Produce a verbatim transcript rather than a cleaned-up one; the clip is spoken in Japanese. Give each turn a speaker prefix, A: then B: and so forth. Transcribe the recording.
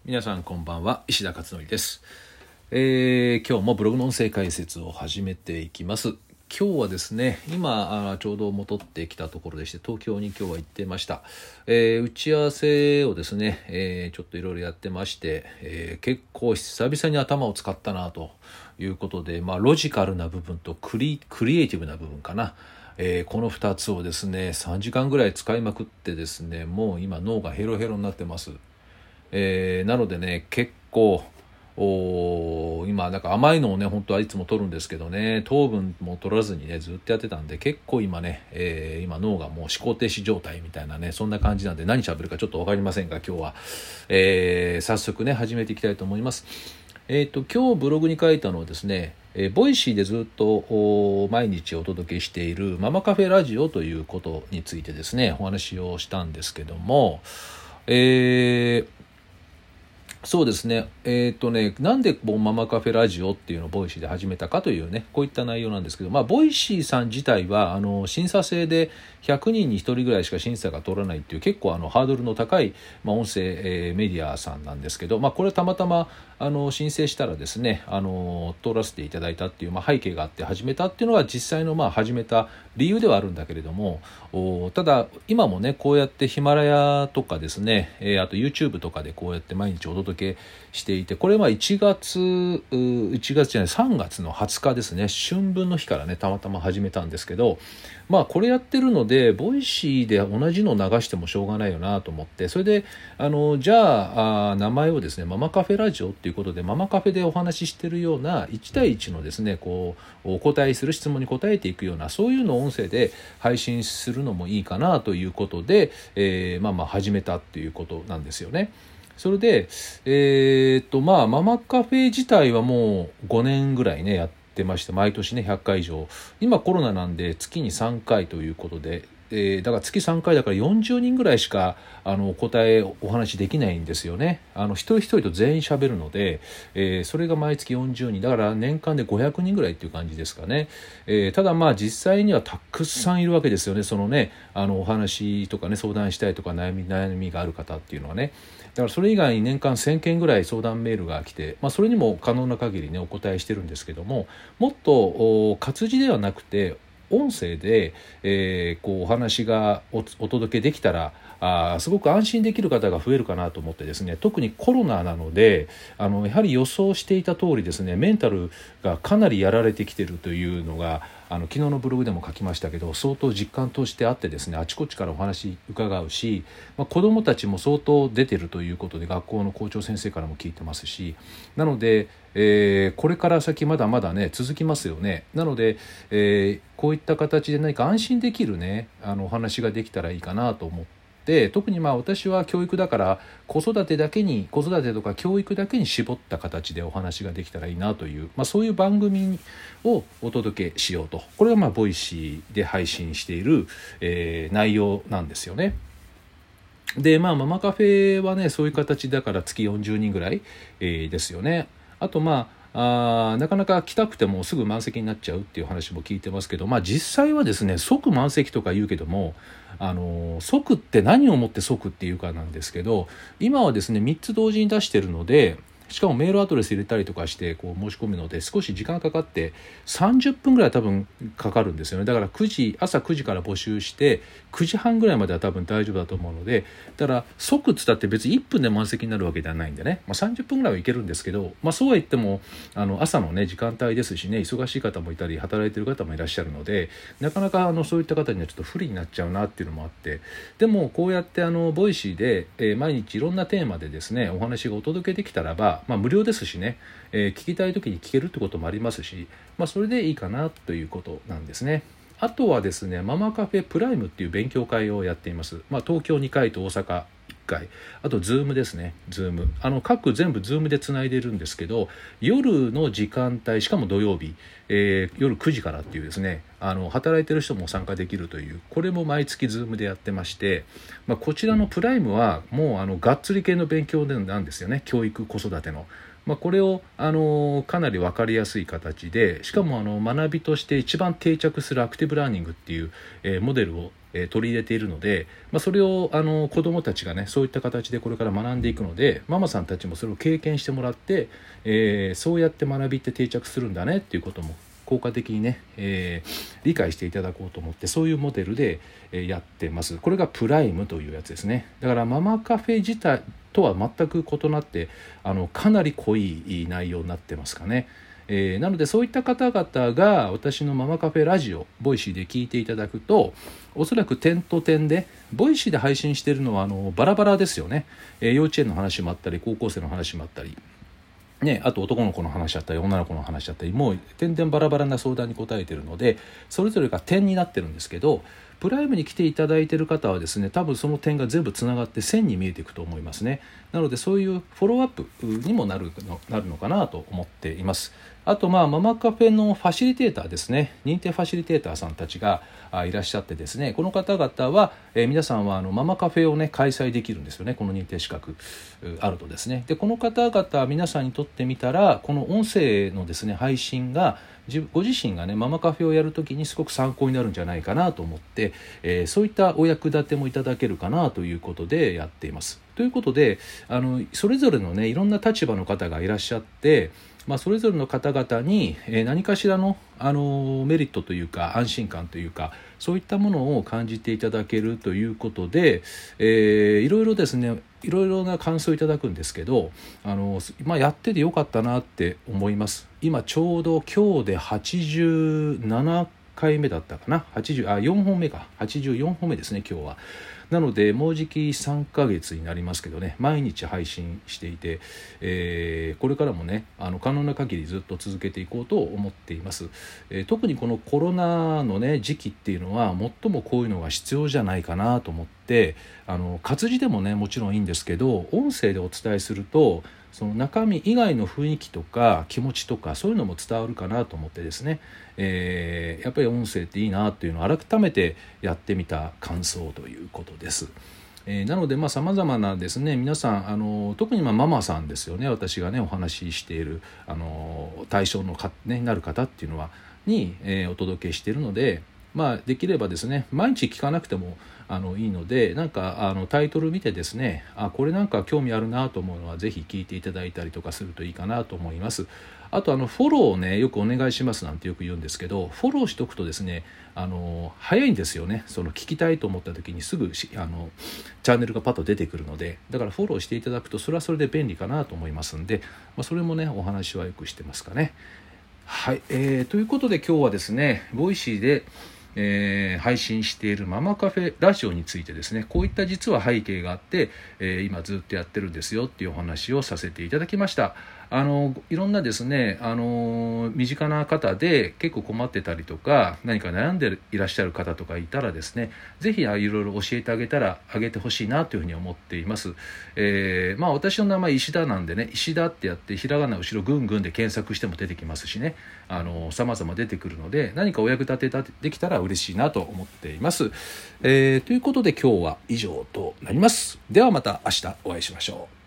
A: 皆さんこんばんは、石田勝則です。えー、今日もブログの音声解説を始めていきます。今日はですね、今あちょうど戻ってきたところでして、東京に今日は行ってました。えー、打ち合わせをですね、えー、ちょっといろいろやってまして、えー、結構久々に頭を使ったなということで、まあ、ロジカルな部分とクリ、クリエイティブな部分かな。えー、このふたつをですね、さんじかんぐらい使いまくってですね、もう今脳がヘロヘロになってます。えー、なのでね、結構お今なんか甘いのをね本当はいつも取るんですけどね、糖分も取らずにねずっとやってたんで、結構今ね、えー、今脳がもう思考停止状態みたいなね、そんな感じなんで何喋るかちょっと分かりませんが、今日は、えー、早速ね始めていきたいと思います。えーと今日ブログに書いたのはですね、えー、ボイシーでずっと毎日お届けしているママカフェラジオということについてですねお話をしたんですけども、えーそうですね。えっとね、なんでボンママカフェラジオっていうのをボイシーで始めたかというね、こういった内容なんですけど、まあ、ボイシーさん自体は、あの、審査制でひゃくにんにひとりぐらいしか審査が通らないっていう、結構あの、ハードルの高い、まあ、音声、えーメディアさんなんですけど、まあ、これたまたま、あの、申請したらですね、あの、通らせていただいたっていう、まあ、背景があって始めたっていうのが実際の、まあ、始めた理由ではあるんだけれども、おただ、今もね、こうやってヒマラヤとかですね、えーあと YouTube とかでこうやって毎日お届けしていて、これはいちがついちがつじゃないさんがつのはつかですね、春分の日からねたまたま始めたんですけど、まあこれやってるのでボイシーで同じの流してもしょうがないよなと思って、それであのじゃあ、あ名前をですねママカフェラジオっていうことで、ママカフェでお話ししてるようないち対いちのですねこうお答えする質問に答えていくような、そういうのを音声で配信するのもいいかなということで、えー、まあまあ始めたっていうことなんですよね。それで、えーっと、まあ、ママカフェ自体はもうごねんぐらいね、やってまして、毎年ね、ひゃっかい以上。今コロナなんで月にさんかいということで、えーだから月さんかいだからよんじゅうにんぐらいしかあのお答えお話できないんですよね。あの一人一人と全員喋るので、えーそれが毎月よんじゅうにんだから年間でごひゃくにんぐらいっていう感じですかね。えーただまあ実際にはたくさんいるわけですよね。そのねあのお話とかね相談したいとか悩み悩みがある方っていうのはね。だからそれ以外に年間せんけんぐらい相談メールが来て、まあ、それにも可能な限りねお答えしてるんですけども、もっとお活字ではなくて音声で、えーこうお話が お, お届けできたらあすごく安心できる方が増えるかなと思ってですね、特にコロナなのであのやはり予想していた通りですね、メンタルがかなりやられてきてるというのがあの昨日のブログでも書きましたけど、相当実感としてあってですね、あちこちからお話伺うし、まあ、子どもたちも相当出てるということで学校の校長先生からも聞いてますし、なので、えーこれから先まだまだね続きますよね。なので、えーこういった形で何か安心できるねあのお話ができたらいいかなと思って、特にまあ私は教育だから子育てだけに子育てとか教育だけに絞った形でお話ができたらいいなという、まあ、そういう番組をお届けしようと、これはまあボイシーで配信している、えー内容なんですよね。でまあママカフェはねそういう形だから月よんじゅうにんぐらい、えーですよね。あとまああーなかなか来たくてもすぐ満席になっちゃうっていう話も聞いてますけど、まあ実際はですね即満席とか言うけども、あのー即って何をもって即っていうかなんですけど、今はですねみっつ同時に出してるので、しかもメールアドレス入れたりとかしてこう申し込むので少し時間かかってさんじゅっぷんぐらい多分かかるんですよね。だからくじ朝くじから募集してくじはんぐらいまでは多分大丈夫だと思うので、だから即っつったって別にいっぷんで満席になるわけではないんでね、まあ、さんじゅっぷんぐらいはいけるんですけど、まあ、そうは言ってもあの朝のね時間帯ですしね、忙しい方もいたり働いてる方もいらっしゃるので、なかなかあのそういった方にはちょっと不利になっちゃうなっていうのもあって、でもこうやってあのボイシーで、えー毎日いろんなテーマでですねお話がお届けできたらば、まあ、無料ですしね、えー聞きたい時に聞けるってこともありますし、まあ、それでいいかなということなんですね。あとはですねママカフェプライムっていう勉強会をやっています。まあ、東京にかいと大阪いっかい、あとズームですね、ズームあの各全部ズームでつないでるんですけど、夜の時間帯しかも土曜日、えー夜くじからっていうですね、あの働いてる人も参加できるという、これも毎月ズームでやってまして、まあ、こちらのプライムはもうあのがっつり系の勉強なんですよね。教育子育ての、まあ、これを、あのかなり分かりやすい形で、しかもあの学びとして一番定着するアクティブラーニングっていう、えーモデルをえー、取り入れているので、まあ、それをあの子どもたちがねそういった形でこれから学んでいくので、ママさんたちもそれを経験してもらって、えー、そうやって学びって定着するんだねっていうことも効果的にね、えー、理解していただこうと思って、そういうモデルで、えー、やってます。これがプライムというやつですね。だからママカフェ自体とは全く異なって、あのかなり濃い内容になってますかね。えー、なのでそういった方々が私のママカフェラジオボイシーで聞いていただくと、おそらく点と点でボイシーで配信しているのはあのバラバラですよね、えー、幼稚園の話もあったり高校生の話もあったりね、あと男の子の話だったり女の子の話だったり、もう点々バラバラな相談に答えているので、それぞれが点になってるんですけど、プライムに来ていただいている方はですね、多分その点が全部つながって線に見えていくと思いますね。なのでそういうフォローアップにもなるの、なるのかなと思っています。あとまあママカフェのファシリテーターですね、認定ファシリテーターさんたちがいらっしゃってですね、この方々は、えー、皆さんはあのママカフェをね開催できるんですよね。この認定資格あるとですね。でこの方々皆さんにとってみたら、この音声のですね配信がご自身がねママカフェをやるときにすごく参考になるんじゃないかなと思って、えー、そういったお役立てもいただけるかなということでやっています。ということで、あのそれぞれのねいろんな立場の方がいらっしゃって、まあ、それぞれの方々に何かしらの、あのメリットというか安心感というか、そういったものを感じていただけるということで、えー、いろいろですねいろいろな感想をいただくんですけど、あの、まあ、やっててよかったなって思います。今ちょうど今日ではちじゅうななかいめだったかな、はちじゅうあよんほんめかはちじゅうよんほんめですね今日は。なのでもうじきさんかげつになりますけどね、毎日配信していて、えー、これからもねあの可能な限りずっと続けていこうと思っています。えー、特にこのコロナのね時期っていうのは最もこういうのが必要じゃないかなと思って、あの活字でもねもちろんいいんですけど、音声でお伝えするとその中身以外の雰囲気とか気持ちとかそういうのも伝わるかなと思ってですね、えー、やっぱり音声っていいなっていうのを改めてやってみた感想ということです。えー、なのでさまざまなですね皆さん、あの特にまあママさんですよね、私がねお話ししているあの対象のか、ね、なる方っていうのはに、えー、お届けしているので、まあ、できればですね毎日聞かなくてもあのいいので、なんかあのタイトル見てですね、あこれなんか興味あるなと思うのはぜひ聞いていただいたりとかするといいかなと思います。あとあのフォローをねよくお願いしますなんてよく言うんですけど、フォローしておくとですねあの早いんですよね。その聞きたいと思った時にすぐあのチャンネルがパッと出てくるので、だからフォローしていただくとそれはそれで便利かなと思いますんで、まあ、それもねお話はよくしてますかね。はい、えー、ということで今日はですねボイシーでえー、配信しているママカフェラジオについてですね、こういった実は背景があって、えー、今ずっとやってるんですよっていうお話をさせていただきました。あのいろんなですね、あの身近な方で結構困ってたりとか何か悩んでいらっしゃる方とかいたらですね、ぜひいろいろ教えてあげたらあげてほしいなというふうに思っています。えー、まあ私の名前石田なんでね、石田ってやってひらがな後ろぐんぐんで検索しても出てきますしね、あの様々出てくるので、何かお役立てできたら嬉しいなと思っています。えー、ということで今日は以上となります。ではまた明日お会いしましょう。